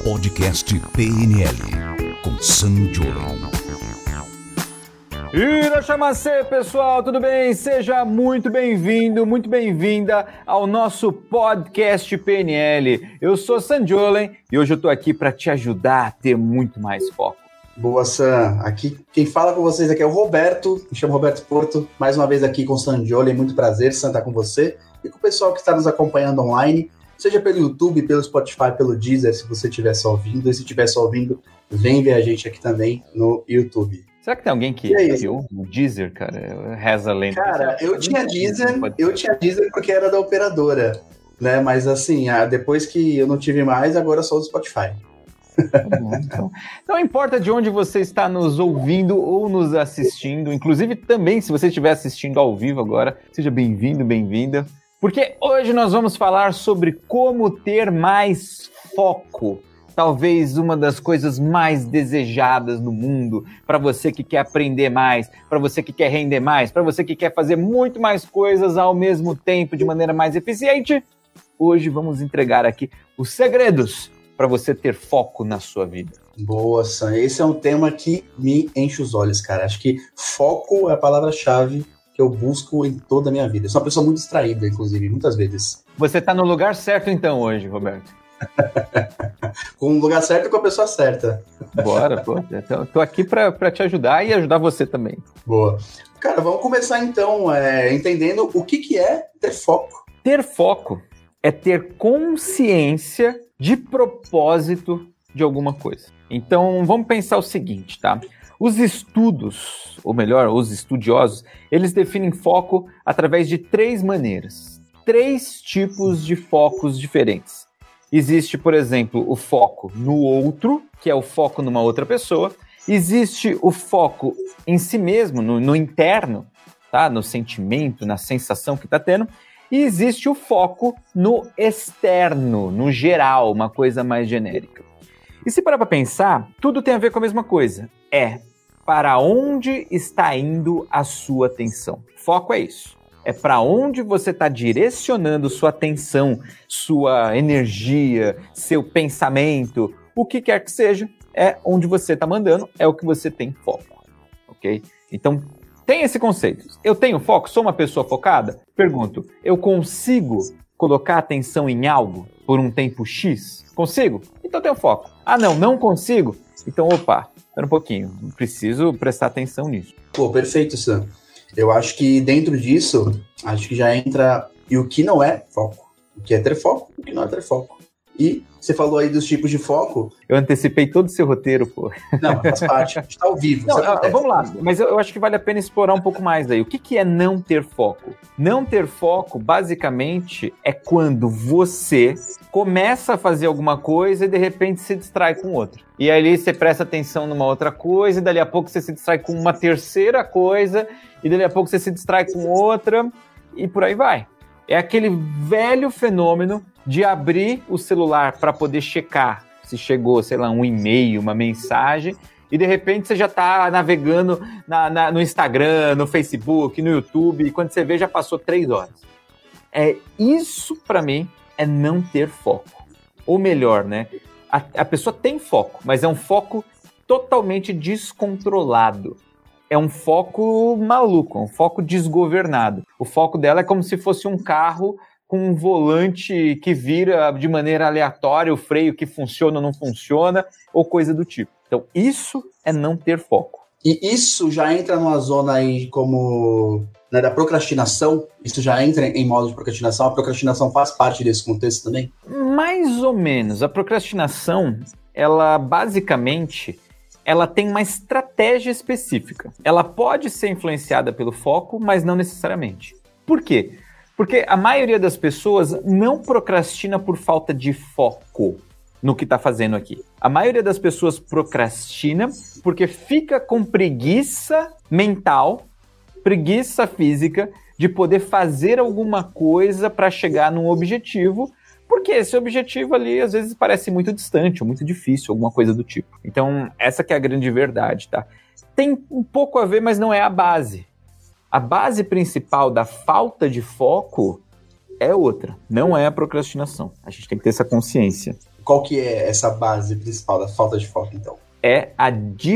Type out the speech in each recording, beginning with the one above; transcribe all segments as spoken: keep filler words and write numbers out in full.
Podcast P N L, com Sanjolen. Irashamase, pessoal, tudo bem? Seja muito bem-vindo, muito bem-vinda ao nosso Podcast P N L. Eu sou Sanjolen e hoje eu tô aqui para te ajudar a ter muito mais foco. Boa, Sam. Aqui, quem fala com vocês aqui é o Roberto, me chamo Roberto Porto, mais uma vez aqui com o Sanjolen, muito prazer, Sam, estar com você e com o pessoal que está nos acompanhando online, seja pelo YouTube, pelo Spotify, pelo Deezer, se você estiver só ouvindo, e se estiver só ouvindo, vem ver a gente aqui também no YouTube. Será que tem alguém que ouve o Deezer, cara? Reza a lenda. Cara, eu tinha Deezer, eu tinha Deezer porque era da operadora, né? Mas assim, depois que eu não tive mais, agora só o Spotify. Tá bom, então. Não importa de onde você está nos ouvindo ou nos assistindo, inclusive também se você estiver assistindo ao vivo agora, seja bem-vindo, bem-vinda, porque hoje nós vamos falar sobre como ter mais foco. Talvez uma das coisas mais desejadas no mundo, para você que quer aprender mais, para você que quer render mais, para você que quer fazer muito mais coisas ao mesmo tempo, de maneira mais eficiente. Hoje vamos entregar aqui os segredos para você ter foco na sua vida. Boa, Sam. Esse é um tema que me enche os olhos, cara. Acho que foco é a palavra-chave que eu busco em toda a minha vida. Eu sou uma pessoa muito distraída, inclusive, muitas vezes. Você está no lugar certo então hoje, Roberto. Com o lugar certo e com a pessoa certa. Bora, pô. Tô, tô aqui para te ajudar e ajudar você também. Boa. Cara, vamos começar então é, entendendo o que, que é ter foco. Ter foco é ter consciência de propósito de alguma coisa. Então, vamos pensar o seguinte, tá? Os estudos, ou melhor, os estudiosos, eles definem foco através de três maneiras. Três tipos de focos diferentes. Existe, por exemplo, o foco no outro, que é o foco numa outra pessoa. Existe o foco em si mesmo, no, no interno, tá? No sentimento, na sensação que está tendo. E existe o foco no externo, no geral, uma coisa mais genérica. E se parar para pensar, tudo tem a ver com a mesma coisa. É para onde está indo a sua atenção. Foco é isso. É para onde você está direcionando sua atenção, sua energia, seu pensamento, o que quer que seja, é onde você está mandando, é o que você tem foco, ok? Então, tem esse conceito. Eu tenho foco? Sou uma pessoa focada? Pergunto, eu consigo colocar atenção em algo por um tempo X? Consigo? Então eu tenho foco. Ah, não, não consigo? Então, opa, espera um pouquinho, preciso prestar atenção nisso. Pô, perfeito, Sam. Eu acho que dentro disso, acho que já entra e o que não é foco. O que é ter foco, o que não é ter foco. E você falou aí dos tipos de foco. Eu antecipei todo o seu roteiro, pô. Não, faz parte. A gente tá ao vivo. Não, vamos lá, mas eu, eu acho que vale a pena explorar um pouco mais aí. O que, que é não ter foco? Não ter foco, basicamente, é quando você começa a fazer alguma coisa e de repente se distrai com outra. E aí você presta atenção numa outra coisa e dali a pouco você se distrai com uma terceira coisa e dali a pouco você se distrai com outra e por aí vai. É aquele velho fenômeno de abrir o celular para poder checar se chegou, sei lá, um e-mail, uma mensagem, e de repente você já está navegando na, na, no Instagram, no Facebook, no YouTube, e quando você vê já passou três horas. É, isso, para mim, é não ter foco. Ou melhor, né? A, a pessoa tem foco, mas é um foco totalmente descontrolado. É um foco maluco, um foco desgovernado. O foco dela é como se fosse um carro com um volante que vira de maneira aleatória, o freio que funciona ou não funciona, ou coisa do tipo. Então, isso é não ter foco. E isso já entra numa zona aí como, né, da procrastinação? Isso já entra em modo de procrastinação? A procrastinação faz parte desse contexto também? Mais ou menos. A procrastinação, ela basicamente, ela tem uma estratégia específica. Ela pode ser influenciada pelo foco, mas não necessariamente. Por quê? Porque a maioria das pessoas não procrastina por falta de foco no que está fazendo aqui. A maioria das pessoas procrastina porque fica com preguiça mental, preguiça física, de poder fazer alguma coisa para chegar num objetivo, porque esse objetivo ali às vezes parece muito distante ou muito difícil, alguma coisa do tipo. Então, essa que é a grande verdade, tá? Tem um pouco a ver, mas não é a base. A base principal da falta de foco é outra, não é a procrastinação. A gente tem que ter essa consciência. Qual que é essa base principal da falta de foco, então? É a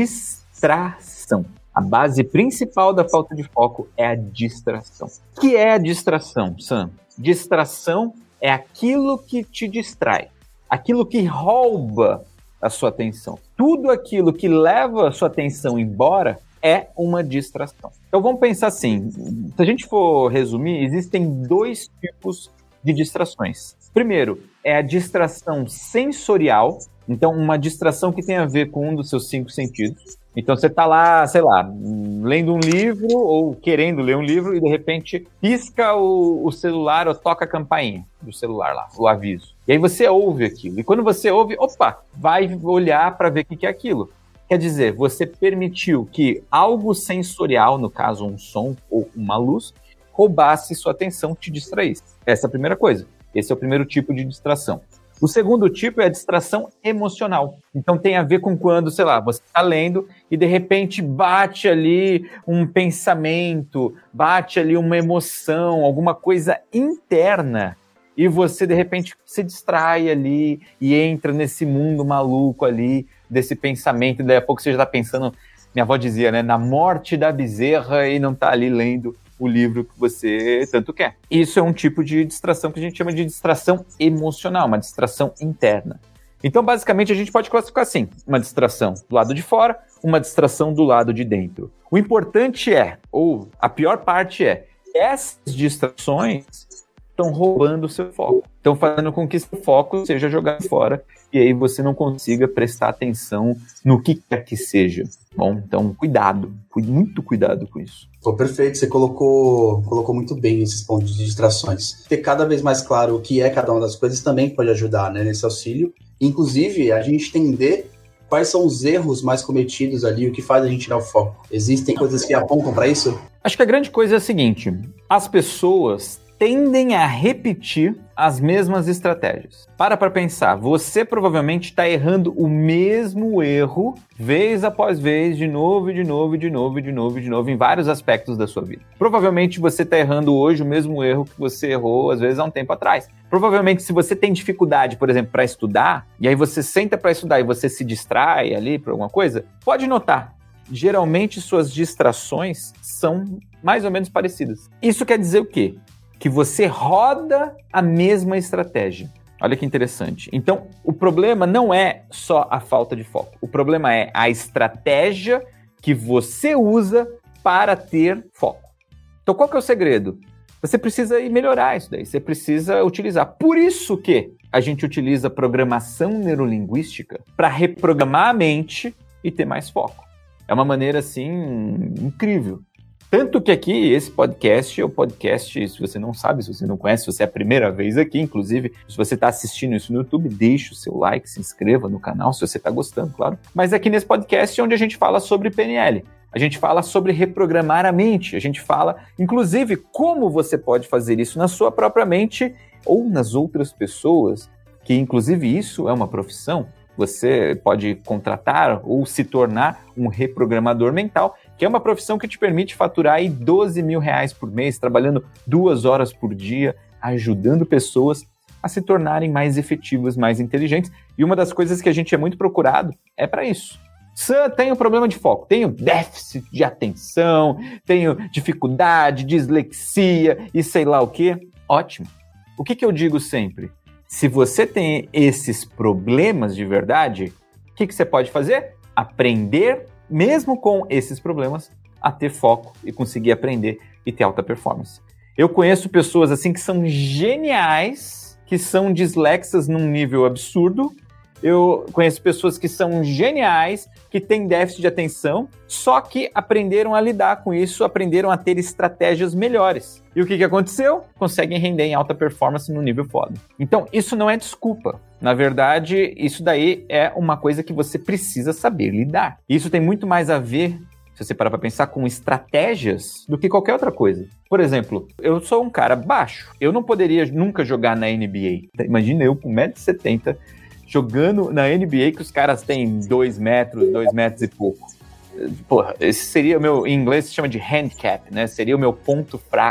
distração. A base principal da falta de foco é a distração. O que é a distração, Sam? Distração é aquilo que te distrai, aquilo que rouba a sua atenção. Tudo aquilo que leva a sua atenção embora é uma distração. Então vamos pensar assim, se a gente for resumir, existem dois tipos de distrações. Primeiro, é a distração sensorial, então uma distração que tem a ver com um dos seus cinco sentidos. Então você está lá, sei lá, lendo um livro ou querendo ler um livro e de repente pisca o, o celular ou toca a campainha do celular lá, o aviso. E aí você ouve aquilo. E quando você ouve, opa, vai olhar para ver o que é aquilo. Quer dizer, você permitiu que algo sensorial, no caso um som ou uma luz, roubasse sua atenção, te distraísse. Essa é a primeira coisa. Esse é o primeiro tipo de distração. O segundo tipo é a distração emocional. Então tem a ver com quando, sei lá, você está lendo e de repente bate ali um pensamento, bate ali uma emoção, alguma coisa interna e você de repente se distrai ali e entra nesse mundo maluco ali, desse pensamento, e daí a pouco você já está pensando, minha avó dizia, né, na morte da bezerra e não está ali lendo o livro que você tanto quer. Isso é um tipo de distração que a gente chama de distração emocional, uma distração interna. Então, basicamente, a gente pode classificar assim, uma distração do lado de fora, uma distração do lado de dentro. O importante é, ou a pior parte é, essas distrações estão roubando o seu foco, estão fazendo com que seu foco seja jogado fora e aí você não consiga prestar atenção no que quer que seja. Bom, então cuidado, muito cuidado com isso. Pô, perfeito, você colocou, colocou muito bem esses pontos de distrações. Ter cada vez mais claro o que é cada uma das coisas também pode ajudar, né, nesse auxílio. Inclusive, a gente entender quais são os erros mais cometidos ali, o que faz a gente tirar o foco. Existem coisas que apontam para isso? Acho que a grande coisa é a seguinte, as pessoas tendem a repetir as mesmas estratégias. Para para pensar, você provavelmente está errando o mesmo erro, vez após vez, de novo, e de novo, e de novo, e de novo, e de novo, em vários aspectos da sua vida. Provavelmente você está errando hoje o mesmo erro que você errou, às vezes, há um tempo atrás. Provavelmente, se você tem dificuldade, por exemplo, para estudar, e aí você senta para estudar e você se distrai ali por alguma coisa, pode notar, geralmente suas distrações são mais ou menos parecidas. Isso quer dizer o quê? Que você roda a mesma estratégia. Olha que interessante. Então, o problema não é só a falta de foco. O problema é a estratégia que você usa para ter foco. Então, qual que é o segredo? Você precisa ir melhorar isso daí. Você precisa utilizar. Por isso que a gente utiliza programação neurolinguística para reprogramar a mente e ter mais foco. É uma maneira, assim, incrível. Tanto que aqui, esse podcast é o podcast, se você não sabe, se você não conhece, se você é a primeira vez aqui, inclusive, se você está assistindo isso no YouTube, deixe o seu like, se inscreva no canal, se você está gostando, claro. Mas aqui nesse podcast é onde a gente fala sobre P N L, a gente fala sobre reprogramar a mente, a gente fala, inclusive, como você pode fazer isso na sua própria mente ou nas outras pessoas, que inclusive isso é uma profissão. Você pode contratar ou se tornar um reprogramador mental, que é uma profissão que te permite faturar aí doze mil reais por mês, trabalhando duas horas por dia, ajudando pessoas a se tornarem mais efetivas, mais inteligentes. E uma das coisas que a gente é muito procurado é para isso. Sam, tenho problema de foco, tenho déficit de atenção, tenho dificuldade, dislexia e sei lá o quê. Ótimo. O que, que eu digo sempre? Se você tem esses problemas de verdade, o que, que você pode fazer? Aprender, mesmo com esses problemas, a ter foco e conseguir aprender e ter alta performance. Eu conheço pessoas assim que são geniais, que são dislexas num nível absurdo. Eu conheço pessoas que são geniais, que têm déficit de atenção, só que aprenderam a lidar com isso, aprenderam a ter estratégias melhores. E o que, que aconteceu? Conseguem render em alta performance no nível foda. Então, isso não é desculpa. Na verdade, isso daí é uma coisa que você precisa saber lidar. Isso tem muito mais a ver, se você parar para pensar, com estratégias do que qualquer outra coisa. Por exemplo, eu sou um cara baixo. Eu não poderia nunca jogar na N B A. Imagina eu com um metro e setenta jogando na N B A que os caras têm dois metros, dois metros e pouco. Porra, esse seria o meu, em inglês se chama de handicap, né? Seria o meu ponto fraco.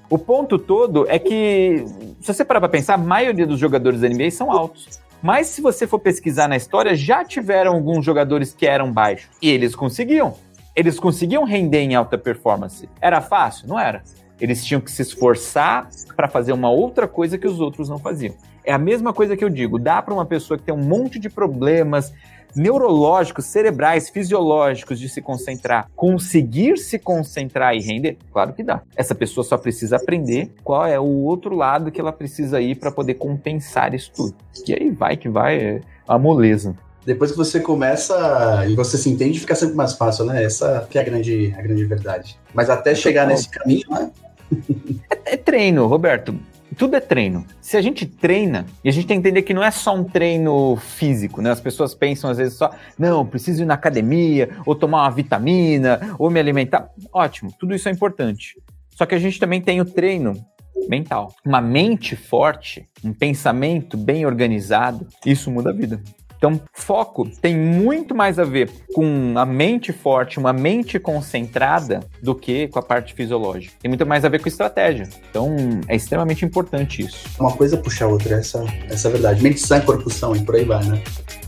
O ponto todo é que, se você parar pra pensar, a maioria dos jogadores da N B A são altos. Mas se você for pesquisar na história, já tiveram alguns jogadores que eram baixos. E eles conseguiam. Eles conseguiam render em alta performance. Era fácil? Não era. Eles tinham que se esforçar para fazer uma outra coisa que os outros não faziam. É a mesma coisa que eu digo. Dá para uma pessoa que tem um monte de problemas neurológicos, cerebrais, fisiológicos de se concentrar, conseguir se concentrar e render? Claro que dá. Essa pessoa só precisa aprender qual é o outro lado que ela precisa ir para poder compensar isso tudo. E aí vai que vai, é a moleza. Depois que você começa e você se entende, fica sempre mais fácil, né? Essa que é a grande, a grande verdade. Mas até chegar nesse caminho, né? É, é treino, Roberto. Tudo é treino. Se a gente treina, e a gente tem que entender que não é só um treino físico, né? As pessoas pensam às vezes só, não, preciso ir na academia, ou tomar uma vitamina, ou me alimentar. Ótimo, tudo isso é importante. Só que a gente também tem o treino mental. Uma mente forte, um pensamento bem organizado, isso muda a vida. Então, foco tem muito mais a ver com a mente forte, uma mente concentrada, do que com a parte fisiológica. Tem muito mais a ver com estratégia. Então, é extremamente importante isso. Uma coisa puxa a outra, essa, essa é a verdade. Mente sã, corpo são, e por aí vai, né?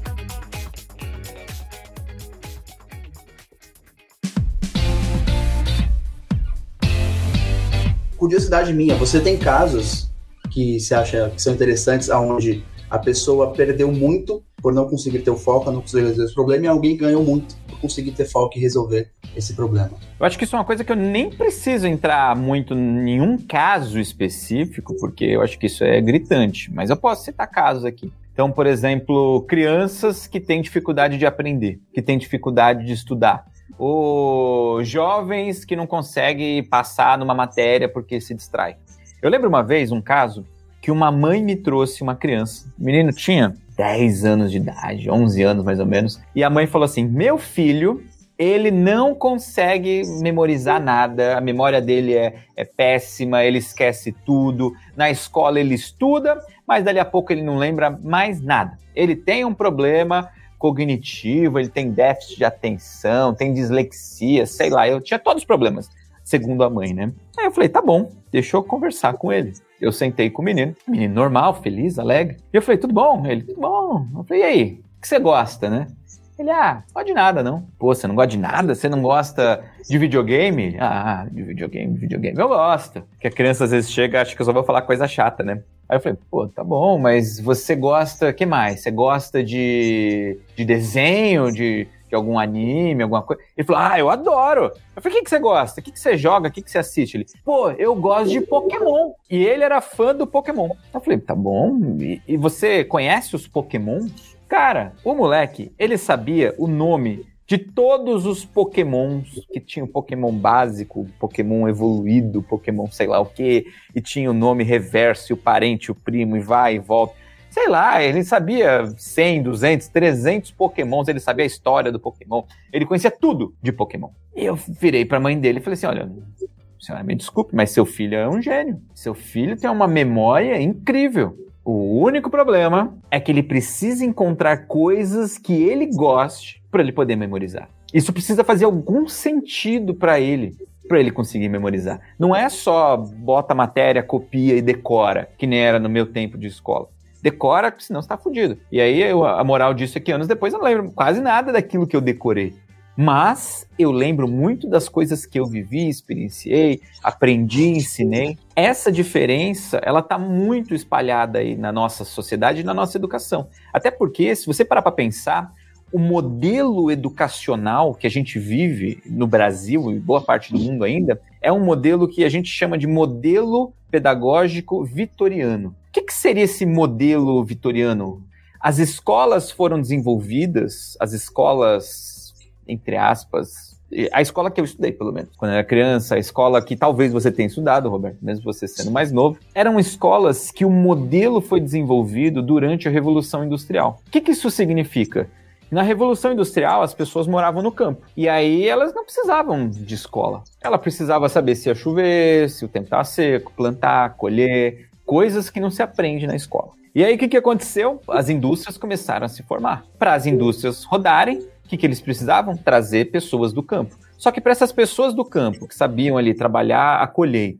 Curiosidade minha, você tem casos que você acha que são interessantes, onde a pessoa perdeu muito por não conseguir ter o foco, não conseguir resolver esse problema, e alguém ganhou muito por conseguir ter foco e resolver esse problema? Eu acho que isso é uma coisa que eu nem preciso entrar muito em nenhum caso específico, porque eu acho que isso é gritante, mas eu posso citar casos aqui. Então, por exemplo, crianças que têm dificuldade de aprender, que têm dificuldade de estudar, ou jovens que não conseguem passar numa matéria porque se distrai. Eu lembro uma vez um caso que uma mãe me trouxe uma criança. O menino tinha dez anos de idade, onze anos mais ou menos, e a mãe falou assim, meu filho, ele não consegue memorizar nada, a memória dele é, é péssima, ele esquece tudo, na escola ele estuda, mas dali a pouco ele não lembra mais nada. Ele tem um problema cognitivo, ele tem déficit de atenção, tem dislexia, sei lá, eu tinha todos os problemas, segundo a mãe, né? Aí eu falei, tá bom, deixa eu conversar com ele. Eu sentei com o menino, menino normal, feliz, alegre. E eu falei, tudo bom? Ele, tudo bom. Eu falei, e aí, o que você gosta, né? Ele, ah, não gosta de nada, não. Pô, você não gosta de nada? Você não gosta de videogame? Ah, de videogame, videogame. Eu gosto. Porque a criança às vezes chega e acha que eu só vou falar coisa chata, né? Aí eu falei, pô, tá bom, mas você gosta, o que mais? Você gosta de, de desenho, de... de algum anime, alguma coisa. Ele falou, ah, eu adoro. Eu falei, o que, que você gosta? O que, que você joga? O que, que você assiste? Ele, pô, eu gosto de Pokémon. E ele era fã do Pokémon. Eu falei, tá bom. E, e você conhece os Pokémons? Cara, o moleque, ele sabia o nome de todos os Pokémons, que tinha o Pokémon básico, Pokémon evoluído, Pokémon sei lá o quê, e tinha o nome reverso, e o parente, o primo, e vai e volta. Sei lá, ele sabia cem, duzentos, trezentos Pokémons, ele sabia a história do Pokémon, ele conhecia tudo de Pokémon. E eu virei pra mãe dele e falei assim, olha, senhora, me desculpe, mas seu filho é um gênio. Seu filho tem uma memória incrível. O único problema é que ele precisa encontrar coisas que ele goste para ele poder memorizar. Isso precisa fazer algum sentido para ele, para ele conseguir memorizar. Não é só bota a matéria, copia e decora, que nem era no meu tempo de escola. Decora, senão você tá fudido. E aí, eu, a moral disso é que anos depois eu não lembro quase nada daquilo que eu decorei. Mas eu lembro muito das coisas que eu vivi, experienciei, aprendi, ensinei. Essa diferença, ela tá muito espalhada aí na nossa sociedade e na nossa educação. Até porque, se você parar para pensar, o modelo educacional que a gente vive no Brasil e boa parte do mundo ainda, é um modelo que a gente chama de modelo pedagógico vitoriano. O que, que seria esse modelo vitoriano? As escolas foram desenvolvidas, as escolas, entre aspas, a escola que eu estudei, pelo menos, quando eu era criança, a escola que talvez você tenha estudado, Roberto, mesmo você sendo mais novo, eram escolas que o modelo foi desenvolvido durante a Revolução Industrial. O que, que isso significa? Na Revolução Industrial, as pessoas moravam no campo. E aí, elas não precisavam de escola. Ela precisava saber se ia chover, se o tempo estava seco, plantar, colher, coisas que não se aprende na escola. E aí, o que, que aconteceu? As indústrias começaram a se formar. Para as indústrias rodarem, o que, que eles precisavam? Trazer pessoas do campo. Só que para essas pessoas do campo, que sabiam ali trabalhar a colheita,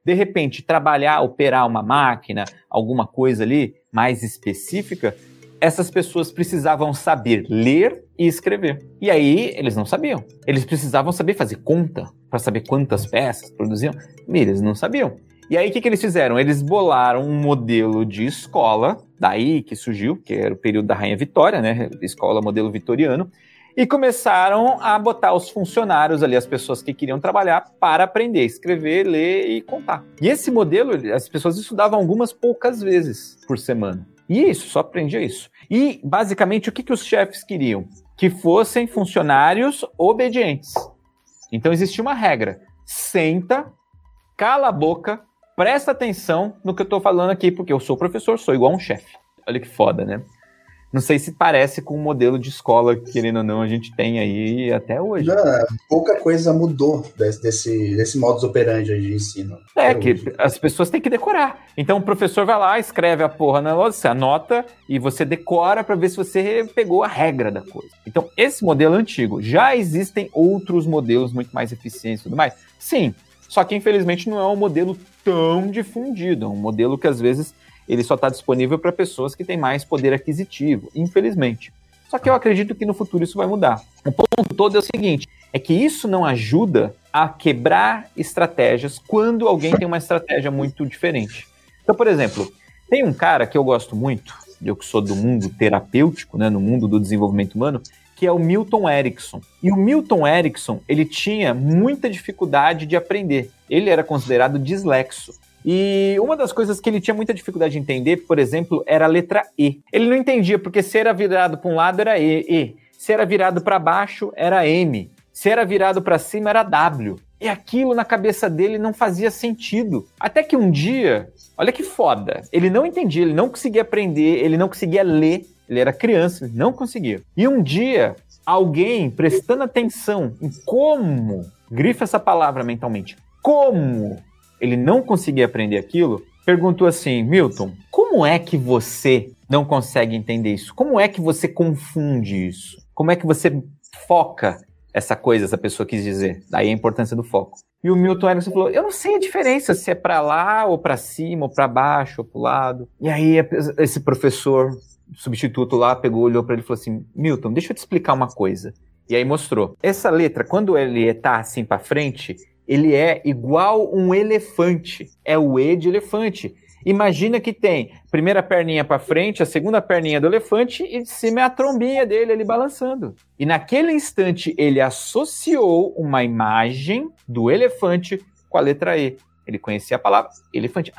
de repente, trabalhar, operar uma máquina, alguma coisa ali mais específica, essas pessoas precisavam saber ler e escrever. E aí, eles não sabiam. Eles precisavam saber fazer conta, para saber quantas peças produziam. E eles não sabiam. E aí, o que, que eles fizeram? Eles bolaram um modelo de escola, daí que surgiu, que era o período da Rainha Vitória, né? Escola modelo vitoriano, e começaram a botar os funcionários ali, as pessoas que queriam trabalhar, para aprender a escrever, ler e contar. E esse modelo, as pessoas estudavam algumas poucas vezes por semana. E isso, só aprendia isso. E, basicamente, o que, que os chefes queriam? Que fossem funcionários obedientes. Então, existia uma regra. Senta, cala a boca, presta atenção no que eu estou falando aqui, porque eu sou professor, sou igual um chefe. Olha que foda, né? Não sei se parece com o modelo de escola, querendo ou não, a gente tem aí até hoje. Não, pouca coisa mudou desse, desse, desse modus operandi de ensino. É, que hoje. As pessoas têm que decorar. Então o professor vai lá, escreve a porra na lousa, você anota e você decora para ver se você pegou a regra da coisa. Então esse modelo é antigo. Já existem outros modelos muito mais eficientes e tudo mais? Sim, só que infelizmente não é um modelo tão difundido. É um modelo que às vezes ele só está disponível para pessoas que têm mais poder aquisitivo, infelizmente. Só que eu acredito que no futuro isso vai mudar. O ponto todo é o seguinte, é que isso não ajuda a quebrar estratégias quando alguém tem uma estratégia muito diferente. Então, por exemplo, tem um cara que eu gosto muito, eu que sou do mundo terapêutico, né, no mundo do desenvolvimento humano, que é o Milton Erickson. E o Milton Erickson, ele tinha muita dificuldade de aprender. Ele era considerado dislexo. E uma das coisas que ele tinha muita dificuldade de entender, por exemplo, era a letra E. Ele não entendia porque se era virado para um lado era E, E. Se era virado para baixo era M. Se era virado para cima era W. E aquilo na cabeça dele não fazia sentido. Até que um dia, olha que foda, ele não entendia, ele não conseguia aprender, ele não conseguia ler. Ele era criança, ele não conseguia. E um dia, alguém prestando atenção em como, grifa essa palavra mentalmente, como ele não conseguia aprender aquilo, perguntou assim, Milton, como é que você não consegue entender isso? Como é que você confunde isso? Como é que você foca essa coisa, essa pessoa quis dizer? Daí a importância do foco. E o Milton Erickson falou, eu não sei a diferença se é pra lá, ou pra cima, ou pra baixo, ou pro lado. E aí esse professor substituto lá pegou, olhou pra ele e falou assim, Milton, deixa eu te explicar uma coisa. E aí mostrou. Essa letra, quando ele tá assim pra frente, ele é igual um elefante. É o E de elefante. Imagina que tem primeira perninha para frente, a segunda perninha do elefante e de cima é a trombinha dele, ele balançando. E naquele instante ele associou uma imagem do elefante com a letra E. Ele conhecia a palavra elefante.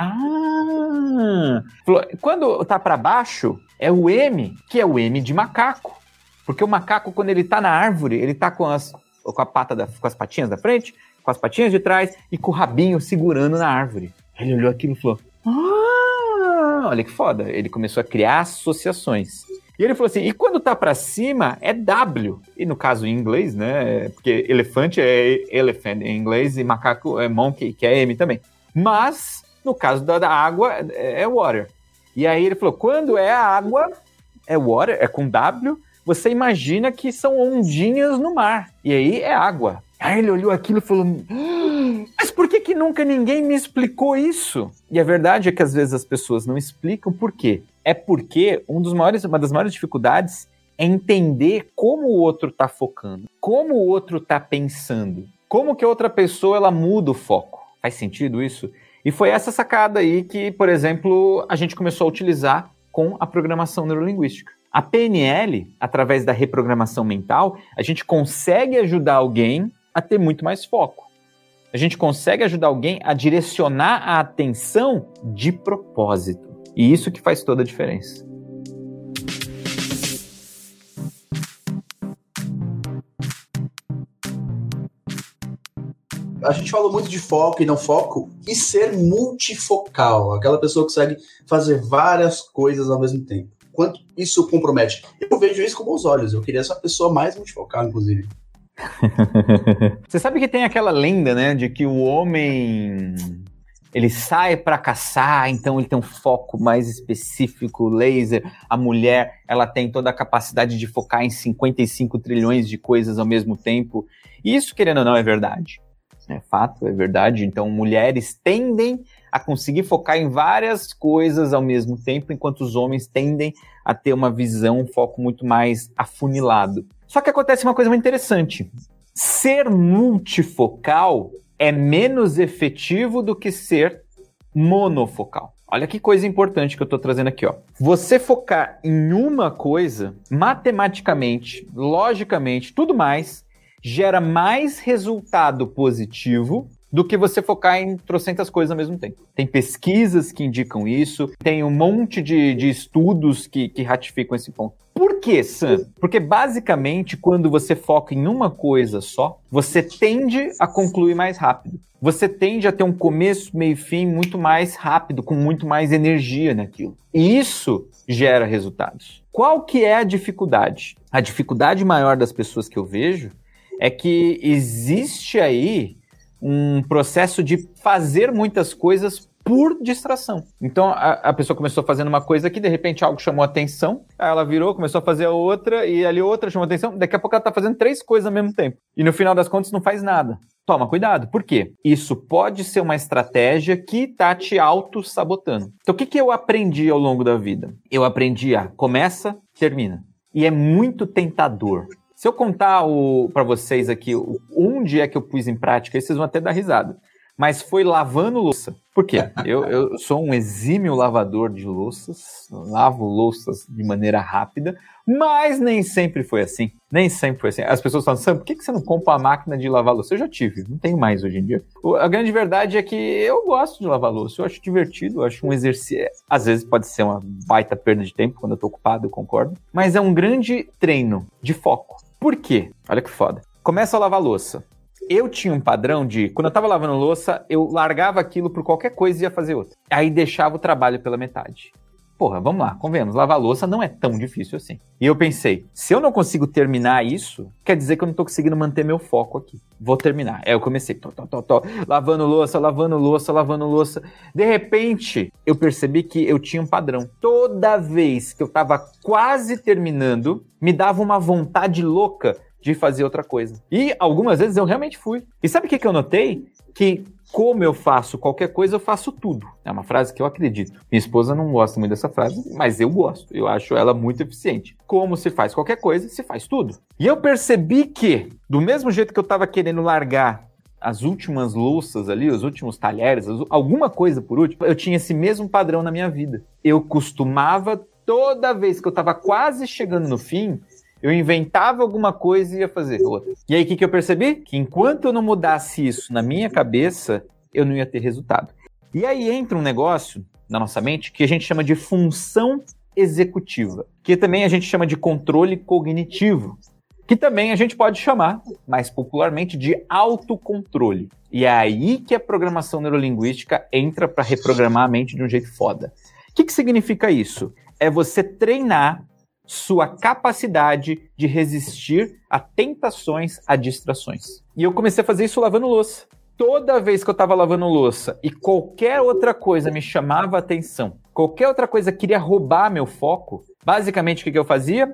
Ah! Quando tá para baixo, é o M, que é o M de macaco. Porque o macaco, quando ele tá na árvore, ele tá com as, com a pata da, com as patinhas da frente, com as patinhas de trás e com o rabinho segurando na árvore. Ele olhou aquilo e falou, ah, olha que foda. Ele começou a criar associações. E ele falou assim, e quando tá pra cima é W. E no caso em inglês, né, porque elefante é elephant em inglês e macaco é monkey, que é M também. Mas, no caso da, da água, é, é water. E aí ele falou, quando é a água, é water, é com W, você imagina que são ondinhas no mar. E aí é água. Aí ele olhou aquilo e falou, ah, mas por que que nunca ninguém me explicou isso? E a verdade é que às vezes as pessoas não explicam por quê. É porque um dos maiores, uma das maiores dificuldades é entender como o outro está focando, como o outro está pensando, como que a outra pessoa ela muda o foco. Faz sentido isso? E foi essa sacada aí que, por exemplo, a gente começou a utilizar com a programação neurolinguística. A P N L, através da reprogramação mental, a gente consegue ajudar alguém a ter muito mais foco. A gente consegue ajudar alguém a direcionar a atenção de propósito. E isso que faz toda a diferença. A gente falou muito de foco e não foco e ser multifocal. Aquela pessoa que consegue fazer várias coisas ao mesmo tempo. Quanto isso compromete? Eu vejo isso com bons olhos. Eu queria ser uma pessoa mais multifocal, inclusive. Você sabe que tem aquela lenda, né, de que o homem ele sai para caçar, então ele tem um foco mais específico, laser. A mulher, ela tem toda a capacidade de focar em cinquenta e cinco trilhões de coisas ao mesmo tempo. E isso, querendo ou não, é verdade. é fato, é verdade. Então, mulheres tendem a conseguir focar em várias coisas ao mesmo tempo, enquanto os homens tendem a ter uma visão, um foco muito mais afunilado. Só que acontece uma coisa muito interessante. Ser multifocal é menos efetivo do que ser monofocal. Olha que coisa importante que eu estou trazendo aqui, ó. Você focar em uma coisa, matematicamente, logicamente, tudo mais, gera mais resultado positivo do que você focar em trocentas coisas ao mesmo tempo. Tem pesquisas que indicam isso, tem um monte de, de estudos que, que ratificam esse ponto. Por quê, Sam? Porque basicamente, quando você foca em uma coisa só, você tende a concluir mais rápido. Você tende a ter um começo, meio e fim muito mais rápido, com muito mais energia naquilo. E isso gera resultados. Qual que é a dificuldade? A dificuldade maior das pessoas que eu vejo é que existe aí um processo de fazer muitas coisas por distração. Então, a, a pessoa começou fazendo uma coisa que, de repente, algo chamou a atenção, aí ela virou, começou a fazer a outra, e ali outra chamou a atenção, daqui a pouco ela está fazendo três coisas ao mesmo tempo. E no final das contas não faz nada. Toma cuidado. Por quê? Isso pode ser uma estratégia que está te auto-sabotando. Então, o que, que eu aprendi ao longo da vida? Eu aprendi a começa, termina. E é muito tentador. Se eu contar para vocês aqui onde é que eu pus em prática, aí vocês vão até dar risada. Mas foi lavando louça. Por quê? Eu, eu sou um exímio lavador de louças, lavo louças de maneira rápida, mas nem sempre foi assim. Nem sempre foi assim. As pessoas falam, Sam, por que você não compra uma máquina de lavar louça? Eu já tive, não tenho mais hoje em dia. A grande verdade é que eu gosto de lavar louça, eu acho divertido, eu acho um exercício. Às vezes pode ser uma baita perda de tempo, quando eu tô ocupado, eu concordo. Mas é um grande treino de foco. Por quê? Olha que foda. Começa a lavar louça. Eu tinha um padrão de, quando eu tava lavando louça, eu largava aquilo por qualquer coisa e ia fazer outra. Aí deixava o trabalho pela metade. Porra, vamos lá, convenhamos, lavar louça não é tão difícil assim. E eu pensei, se eu não consigo terminar isso, quer dizer que eu não tô conseguindo manter meu foco aqui. Vou terminar. Aí eu comecei, tó, tó, tó, tó, lavando louça, lavando louça, lavando louça. De repente, eu percebi que eu tinha um padrão. Toda vez que eu tava quase terminando, me dava uma vontade louca de fazer outra coisa. E algumas vezes eu realmente fui. E sabe o que, que eu notei? Que como eu faço qualquer coisa, eu faço tudo. É uma frase que eu acredito. Minha esposa não gosta muito dessa frase, mas eu gosto. Eu acho ela muito eficiente. Como se faz qualquer coisa, se faz tudo. E eu percebi que, do mesmo jeito que eu estava querendo largar as últimas louças ali, os últimos talheres, alguma coisa por último, eu tinha esse mesmo padrão na minha vida. Eu costumava, toda vez que eu estava quase chegando no fim, eu inventava alguma coisa e ia fazer outra. E aí, o que, que eu percebi? Que enquanto eu não mudasse isso na minha cabeça, eu não ia ter resultado. E aí entra um negócio na nossa mente que a gente chama de função executiva, que também a gente chama de controle cognitivo, que também a gente pode chamar, mais popularmente, de autocontrole. E é aí que a programação neurolinguística entra para reprogramar a mente de um jeito foda. O que, que significa isso? É você treinar sua capacidade de resistir a tentações, a distrações. E eu comecei a fazer isso lavando louça. Toda vez que eu estava lavando louça e qualquer outra coisa me chamava a atenção, qualquer outra coisa queria roubar meu foco, basicamente o que, que eu fazia?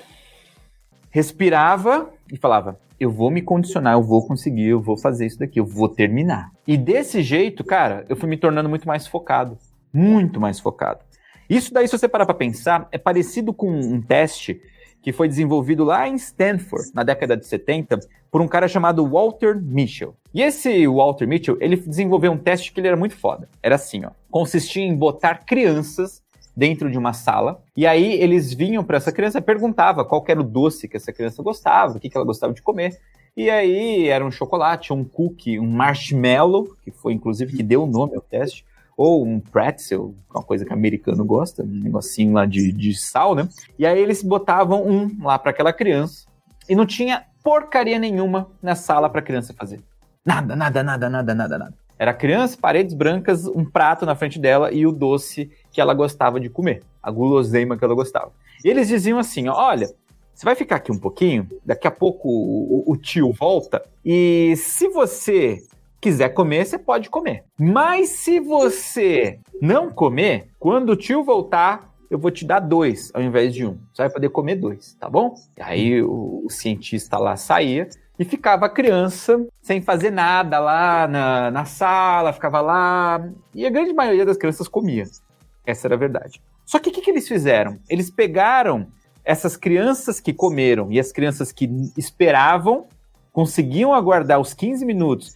Respirava e falava, eu vou me condicionar, eu vou conseguir, eu vou fazer isso daqui, eu vou terminar. E desse jeito, cara, eu fui me tornando muito mais focado, muito mais focado. Isso daí, se você parar para pensar, é parecido com um teste que foi desenvolvido lá em Stanford, na década de setenta, por um cara chamado Walter Mischel. E esse Walter Mischel, ele desenvolveu um teste que ele era muito foda. Era assim, ó, consistia em botar crianças dentro de uma sala, e aí eles vinham para essa criança e perguntavam qual era o doce que essa criança gostava, o que ela gostava de comer. E aí era um chocolate, um cookie, um marshmallow, que foi inclusive que deu o nome ao teste, ou um pretzel, uma coisa que o americano gosta, um negocinho lá de, de sal, né? E aí eles botavam um lá para aquela criança e não tinha porcaria nenhuma na sala para a criança fazer. Nada, nada, nada, nada, nada, nada. Era criança, paredes brancas, um prato na frente dela e o doce que ela gostava de comer, a guloseima que ela gostava. E eles diziam assim, ó, olha, você vai ficar aqui um pouquinho, daqui a pouco o, o, o tio volta e se você quiser comer, você pode comer. Mas se você não comer, quando o tio voltar, eu vou te dar dois ao invés de um. Você vai poder comer dois, tá bom? Aí o, o cientista lá saía e ficava a criança sem fazer nada lá na, na sala, ficava lá, e a grande maioria das crianças comia. Essa era a verdade. Só que o que, que eles fizeram? Eles pegaram essas crianças que comeram e as crianças que esperavam, conseguiam aguardar os quinze minutos,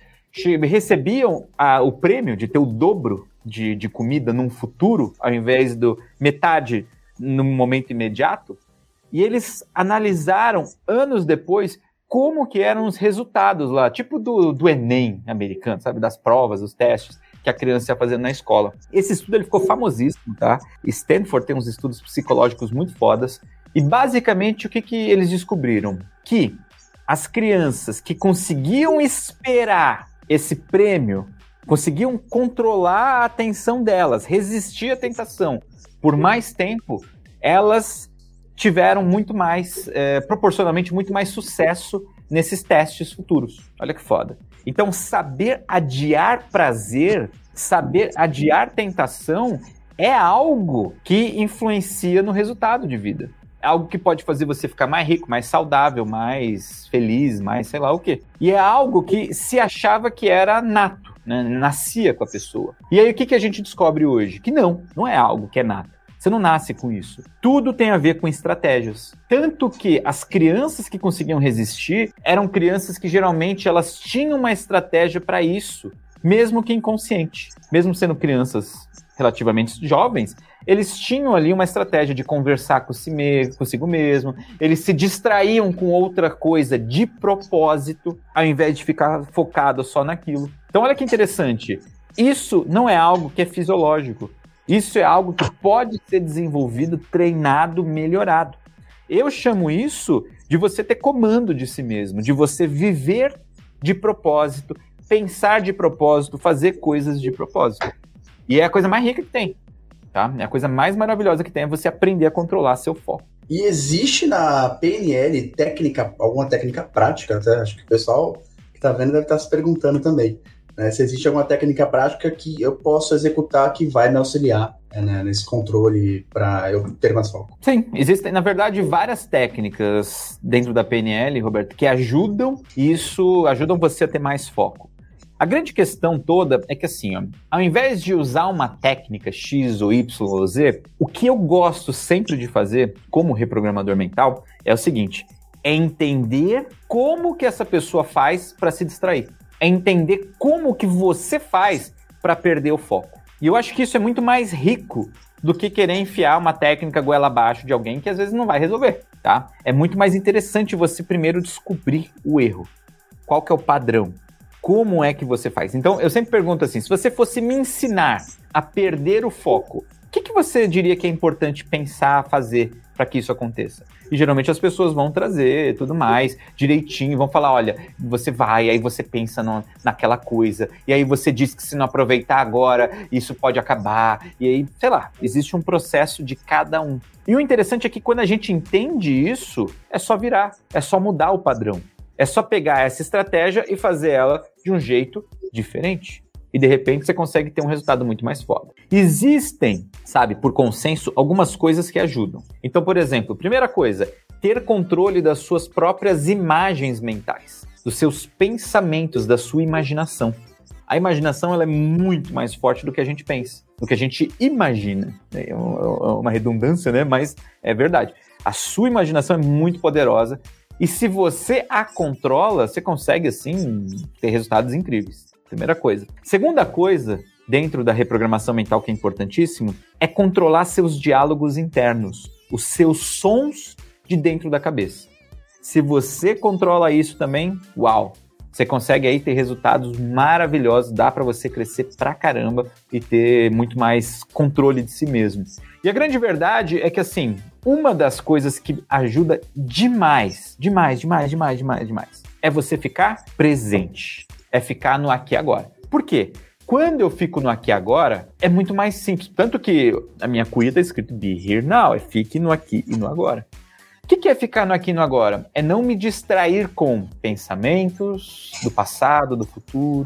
recebiam a, o prêmio de ter o dobro de, de comida num futuro, ao invés do metade no momento imediato, e eles analisaram, anos depois, como que eram os resultados lá, tipo do, do Enem americano, sabe, das provas, dos testes que a criança ia fazendo na escola. Esse estudo ele ficou famosíssimo, tá? Stanford tem uns estudos psicológicos muito fodas, e basicamente o que, que eles descobriram? Que as crianças que conseguiam esperar esse prêmio, conseguiam controlar a atenção delas, resistir à tentação por mais tempo, elas tiveram muito mais, é, proporcionalmente, muito mais sucesso nesses testes futuros. Olha que foda. Então, saber adiar prazer, saber adiar tentação é algo que influencia no resultado de vida. É algo que pode fazer você ficar mais rico, mais saudável, mais feliz, mais sei lá o quê. E é algo que se achava que era nato, né? Nascia com a pessoa. E aí o que, que a gente descobre hoje? Que não, não é algo que é nato. Você não nasce com isso. Tudo tem a ver com estratégias. Tanto que as crianças que conseguiam resistir eram crianças que geralmente elas tinham uma estratégia para isso, mesmo que inconsciente. Mesmo sendo crianças relativamente jovens, eles tinham ali uma estratégia de conversar com si mesmo, consigo mesmo, eles se distraíam com outra coisa de propósito, ao invés de ficar focado só naquilo. Então olha que interessante, isso não é algo que é fisiológico, isso é algo que pode ser desenvolvido, treinado, melhorado. Eu chamo isso de você ter comando de si mesmo, de você viver de propósito, pensar de propósito, fazer coisas de propósito. E é a coisa mais rica que tem, tá? É a coisa mais maravilhosa que tem, é você aprender a controlar seu foco. E existe na P N L técnica, alguma técnica prática, até acho que o pessoal que está vendo deve estar se perguntando também, né? Se existe alguma técnica prática que eu posso executar que vai me auxiliar, né, nesse controle para eu ter mais foco. Sim, existem, na verdade, várias técnicas dentro da P N L, Roberto, que ajudam isso, ajudam você a ter mais foco. A grande questão toda é que assim, ó, ao invés de usar uma técnica X ou Y ou Z, o que eu gosto sempre de fazer como reprogramador mental é o seguinte, é entender como que essa pessoa faz para se distrair. É entender como que você faz para perder o foco. E eu acho que isso é muito mais rico do que querer enfiar uma técnica goela abaixo de alguém que às vezes não vai resolver, tá? É muito mais interessante você primeiro descobrir o erro. Qual que é o padrão? Como é que você faz? Então, eu sempre pergunto assim, se você fosse me ensinar a perder o foco, o que, que você diria que é importante pensar, fazer para que isso aconteça? E geralmente as pessoas vão trazer tudo mais direitinho, vão falar, olha, você vai, aí você pensa no, naquela coisa, e aí você diz que se não aproveitar agora, isso pode acabar, e aí, sei lá, existe um processo de cada um. E o interessante é que quando a gente entende isso, é só virar, é só mudar o padrão. É só pegar essa estratégia e fazer ela de um jeito diferente. E de repente você consegue ter um resultado muito mais foda. Existem, sabe, por consenso, algumas coisas que ajudam. Então, por exemplo, primeira coisa, ter controle das suas próprias imagens mentais, dos seus pensamentos, da sua imaginação. A imaginação ela é muito mais forte do que a gente pensa, do que a gente imagina. É uma redundância, né? Mas é verdade. A sua imaginação é muito poderosa. E se você a controla, você consegue, assim, ter resultados incríveis. Primeira coisa. Segunda coisa, dentro da reprogramação mental que é importantíssimo, é controlar seus diálogos internos, os seus sons de dentro da cabeça. Se você controla isso também, uau! Você consegue aí ter resultados maravilhosos, dá para você crescer pra caramba e ter muito mais controle de si mesmo. E a grande verdade é que, assim, uma das coisas que ajuda demais, demais, demais, demais, demais, demais, é você ficar presente, é ficar no aqui e agora. Por quê? Quando eu fico no aqui e agora, é muito mais simples. Tanto que a minha cuia está escrito Be Here Now, é fique no aqui e no agora. O que, que é ficar no aqui e no agora? É não me distrair com pensamentos do passado, do futuro,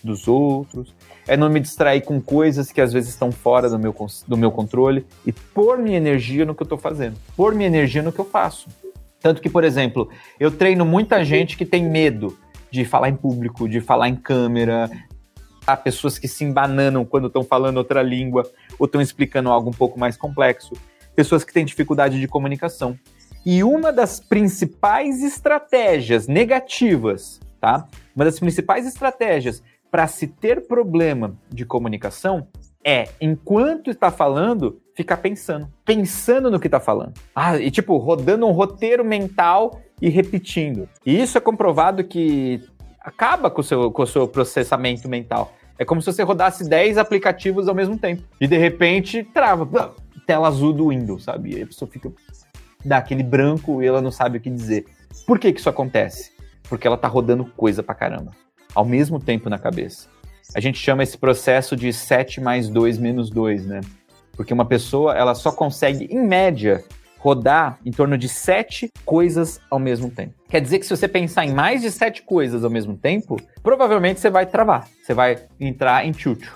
dos outros, é não me distrair com coisas que às vezes estão fora do meu, do meu controle e pôr minha energia no que eu estou fazendo, pôr minha energia no que eu faço. Tanto que, por exemplo, eu treino muita gente que tem medo de falar em público, de falar em câmera, há pessoas que se embananam quando estão falando outra língua ou estão explicando algo um pouco mais complexo, pessoas que têm dificuldade de comunicação. E uma das principais estratégias negativas, tá? Uma das principais estratégias para se ter problema de comunicação é, enquanto está falando, ficar pensando. Pensando no que está falando. Ah, e tipo, rodando um roteiro mental e repetindo. E isso é comprovado que acaba com o seu, com o seu processamento mental. É como se você rodasse dez aplicativos ao mesmo tempo. E de repente, trava. Tela azul do Windows, sabe? E a pessoa fica... dá aquele branco e ela não sabe o que dizer. Por que que isso acontece? Porque ela tá rodando coisa pra caramba. Ao mesmo tempo na cabeça. A gente chama esse processo de sete mais dois menos dois, né? Porque uma pessoa, ela só consegue, em média, rodar em torno de sete coisas ao mesmo tempo. Quer dizer que se você pensar em mais de sete coisas ao mesmo tempo, provavelmente você vai travar. Você vai entrar em tchutchu.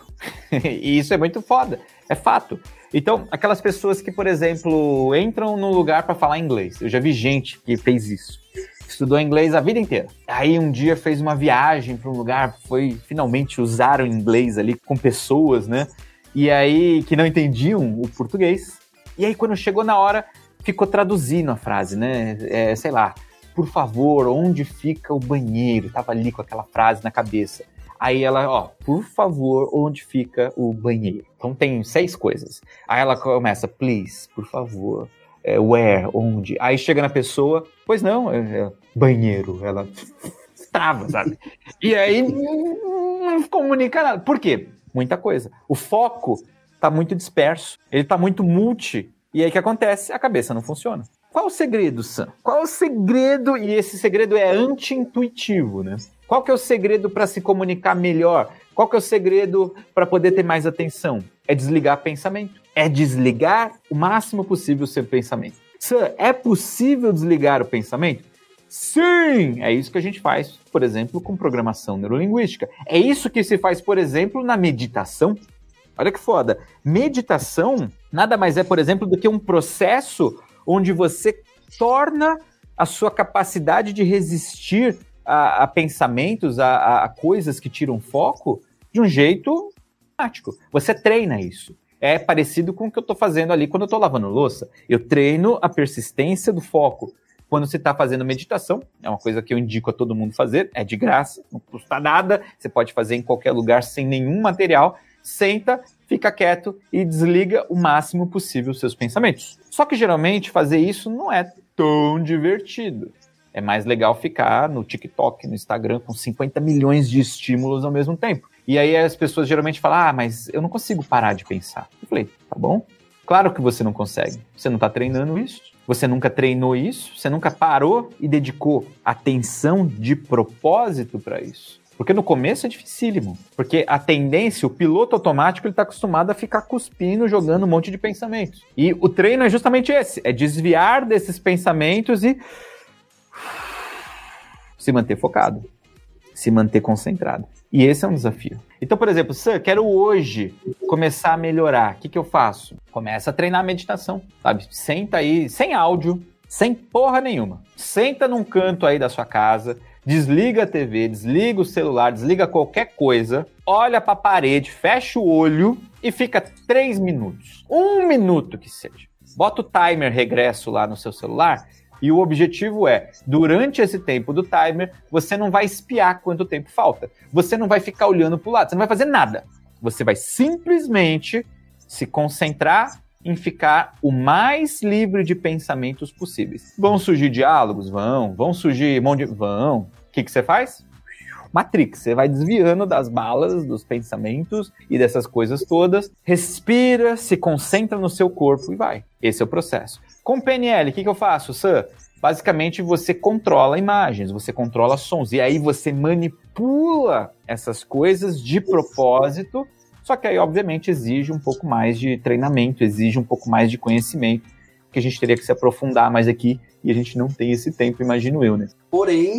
E isso é muito foda. É fato. Então, aquelas pessoas que, por exemplo, entram num lugar para falar inglês. Eu já vi gente que fez isso. Estudou inglês a vida inteira. Aí um dia fez uma viagem para um lugar, foi finalmente usar o inglês ali com pessoas, né? E aí que não entendiam o português. E aí quando chegou na hora, ficou traduzindo a frase, né? É, sei lá, por favor, onde fica o banheiro? Tava ali com aquela frase na cabeça. Aí ela, ó, por favor, onde fica o banheiro? Então tem seis coisas. Aí ela começa, please, por favor. É, where, onde? Aí chega na pessoa, pois não, é, é banheiro. Ela trava, sabe? E aí não comunica nada. Por quê? Muita coisa. O foco tá muito disperso. Ele tá muito multi. E aí o que acontece? A cabeça não funciona. Qual o segredo, Sam? Qual o segredo? E esse segredo é anti-intuitivo, né? Qual que é o segredo para se comunicar melhor? Qual que é o segredo para poder ter mais atenção? É desligar pensamento. É desligar o máximo possível o seu pensamento. Sam, é possível desligar o pensamento? Sim! É isso que a gente faz, por exemplo, com programação neurolinguística. É isso que se faz, por exemplo, na meditação. Olha que foda. Meditação nada mais é, por exemplo, do que um processo onde você torna a sua capacidade de resistir a, a pensamentos, a, a coisas que tiram foco, de um jeito prático. Você treina isso. É parecido com o que eu estou fazendo ali quando eu estou lavando louça. Eu treino a persistência do foco. Quando você está fazendo meditação, é uma coisa que eu indico a todo mundo fazer, é de graça, não custa nada, você pode fazer em qualquer lugar sem nenhum material, senta, fica quieto e desliga o máximo possível os seus pensamentos. Só que geralmente fazer isso não é tão divertido. É mais legal ficar no TikTok, no Instagram, com cinquenta milhões de estímulos ao mesmo tempo. E aí as pessoas geralmente falam, ah, mas eu não consigo parar de pensar. Eu falei, tá bom? Claro que você não consegue. Você não está treinando isso. Você nunca treinou isso. Você nunca parou e dedicou atenção de propósito para isso. Porque no começo é dificílimo. Porque a tendência, o piloto automático, ele está acostumado a ficar cuspindo, jogando um monte de pensamentos. E o treino é justamente esse. É desviar desses pensamentos e se manter focado. Se manter concentrado. E esse é um desafio. Então, por exemplo, Sam, quero hoje começar a melhorar. O que, que eu faço? Começa a treinar a meditação, sabe? Senta aí, sem áudio, sem porra nenhuma. Senta num canto aí da sua casa, desliga a T V, desliga o celular, desliga qualquer coisa, olha pra parede, fecha o olho e fica três minutos. Um minuto que seja. Bota o timer regresso lá no seu celular. E o objetivo é, durante esse tempo do timer, você não vai espiar quanto tempo falta. Você não vai ficar olhando para o lado, você não vai fazer nada. Você vai simplesmente se concentrar em ficar o mais livre de pensamentos possíveis. Vão surgir diálogos? Vão. Vão surgir... Vão. O que, que você faz? Matrix. Você vai desviando das balas, dos pensamentos e dessas coisas todas. Respira, se concentra no seu corpo e vai. Esse é o processo. Com P N L, o que, que eu faço, Sam? Basicamente, você controla imagens, você controla sons. E aí você manipula essas coisas de propósito. Só que aí, obviamente, exige um pouco mais de treinamento, exige um pouco mais de conhecimento, que a gente teria que se aprofundar mais aqui. E a gente não tem esse tempo, imagino eu, né? Porém,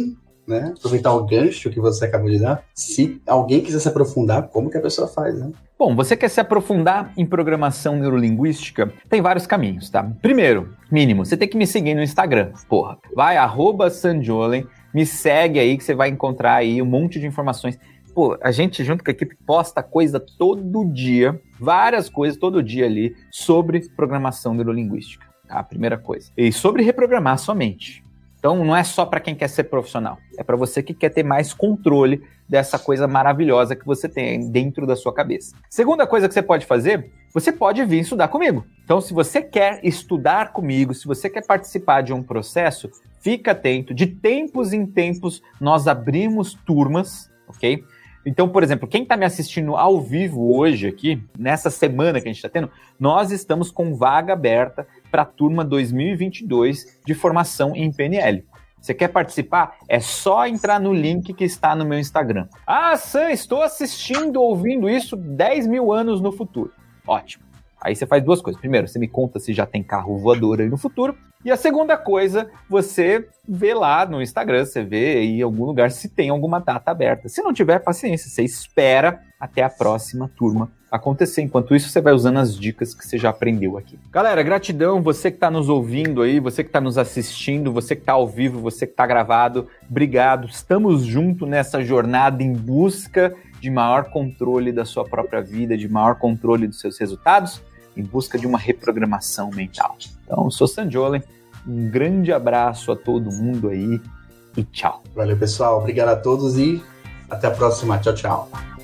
né? Aproveitar o gancho que você acabou de dar. Se alguém quiser se aprofundar, como que a pessoa faz, né? Bom, você quer se aprofundar em programação neurolinguística? Tem vários caminhos, tá? Primeiro, mínimo, você tem que me seguir no Instagram, porra. Vai, arroba Sandiolen, me segue aí que você vai encontrar aí um monte de informações. Pô, a gente junto com a equipe posta coisa todo dia, várias coisas todo dia ali sobre programação neurolinguística, tá? A primeira coisa. E sobre reprogramar somente. Então não é só para quem quer ser profissional, é para você que quer ter mais controle dessa coisa maravilhosa que você tem dentro da sua cabeça. Segunda coisa que você pode fazer, você pode vir estudar comigo. Então se você quer estudar comigo, se você quer participar de um processo, fica atento. De tempos em tempos nós abrimos turmas, ok? Então, por exemplo, quem está me assistindo ao vivo hoje aqui, nessa semana que a gente está tendo, nós estamos com vaga aberta para a turma dois mil e vinte e dois de formação em P N L. Você quer participar? É só entrar no link que está no meu Instagram. Ah, Sam, estou assistindo, ouvindo isso dez mil anos no futuro. Ótimo. Aí você faz duas coisas. Primeiro, você me conta se já tem carro voador aí no futuro. E a segunda coisa, você vê lá no Instagram, você vê aí em algum lugar se tem alguma data aberta. Se não tiver, paciência, você espera até a próxima turma acontecer. Enquanto isso, você vai usando as dicas que você já aprendeu aqui. Galera, gratidão, você que está nos ouvindo aí, você que está nos assistindo, você que está ao vivo, você que está gravado, obrigado. Estamos juntos nessa jornada em busca de maior controle da sua própria vida, de maior controle dos seus resultados, em busca de uma reprogramação mental. Então, eu sou Sandiolen, um grande abraço a todo mundo aí e tchau. Valeu, pessoal. Obrigado a todos e até a próxima. Tchau, tchau.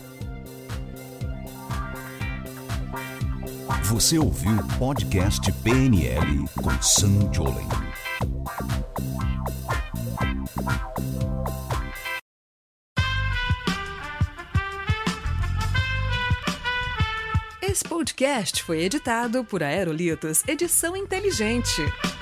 Você ouviu o podcast P N L com Sandiolen. Esse podcast foi editado por Aerolitos Edição Inteligente.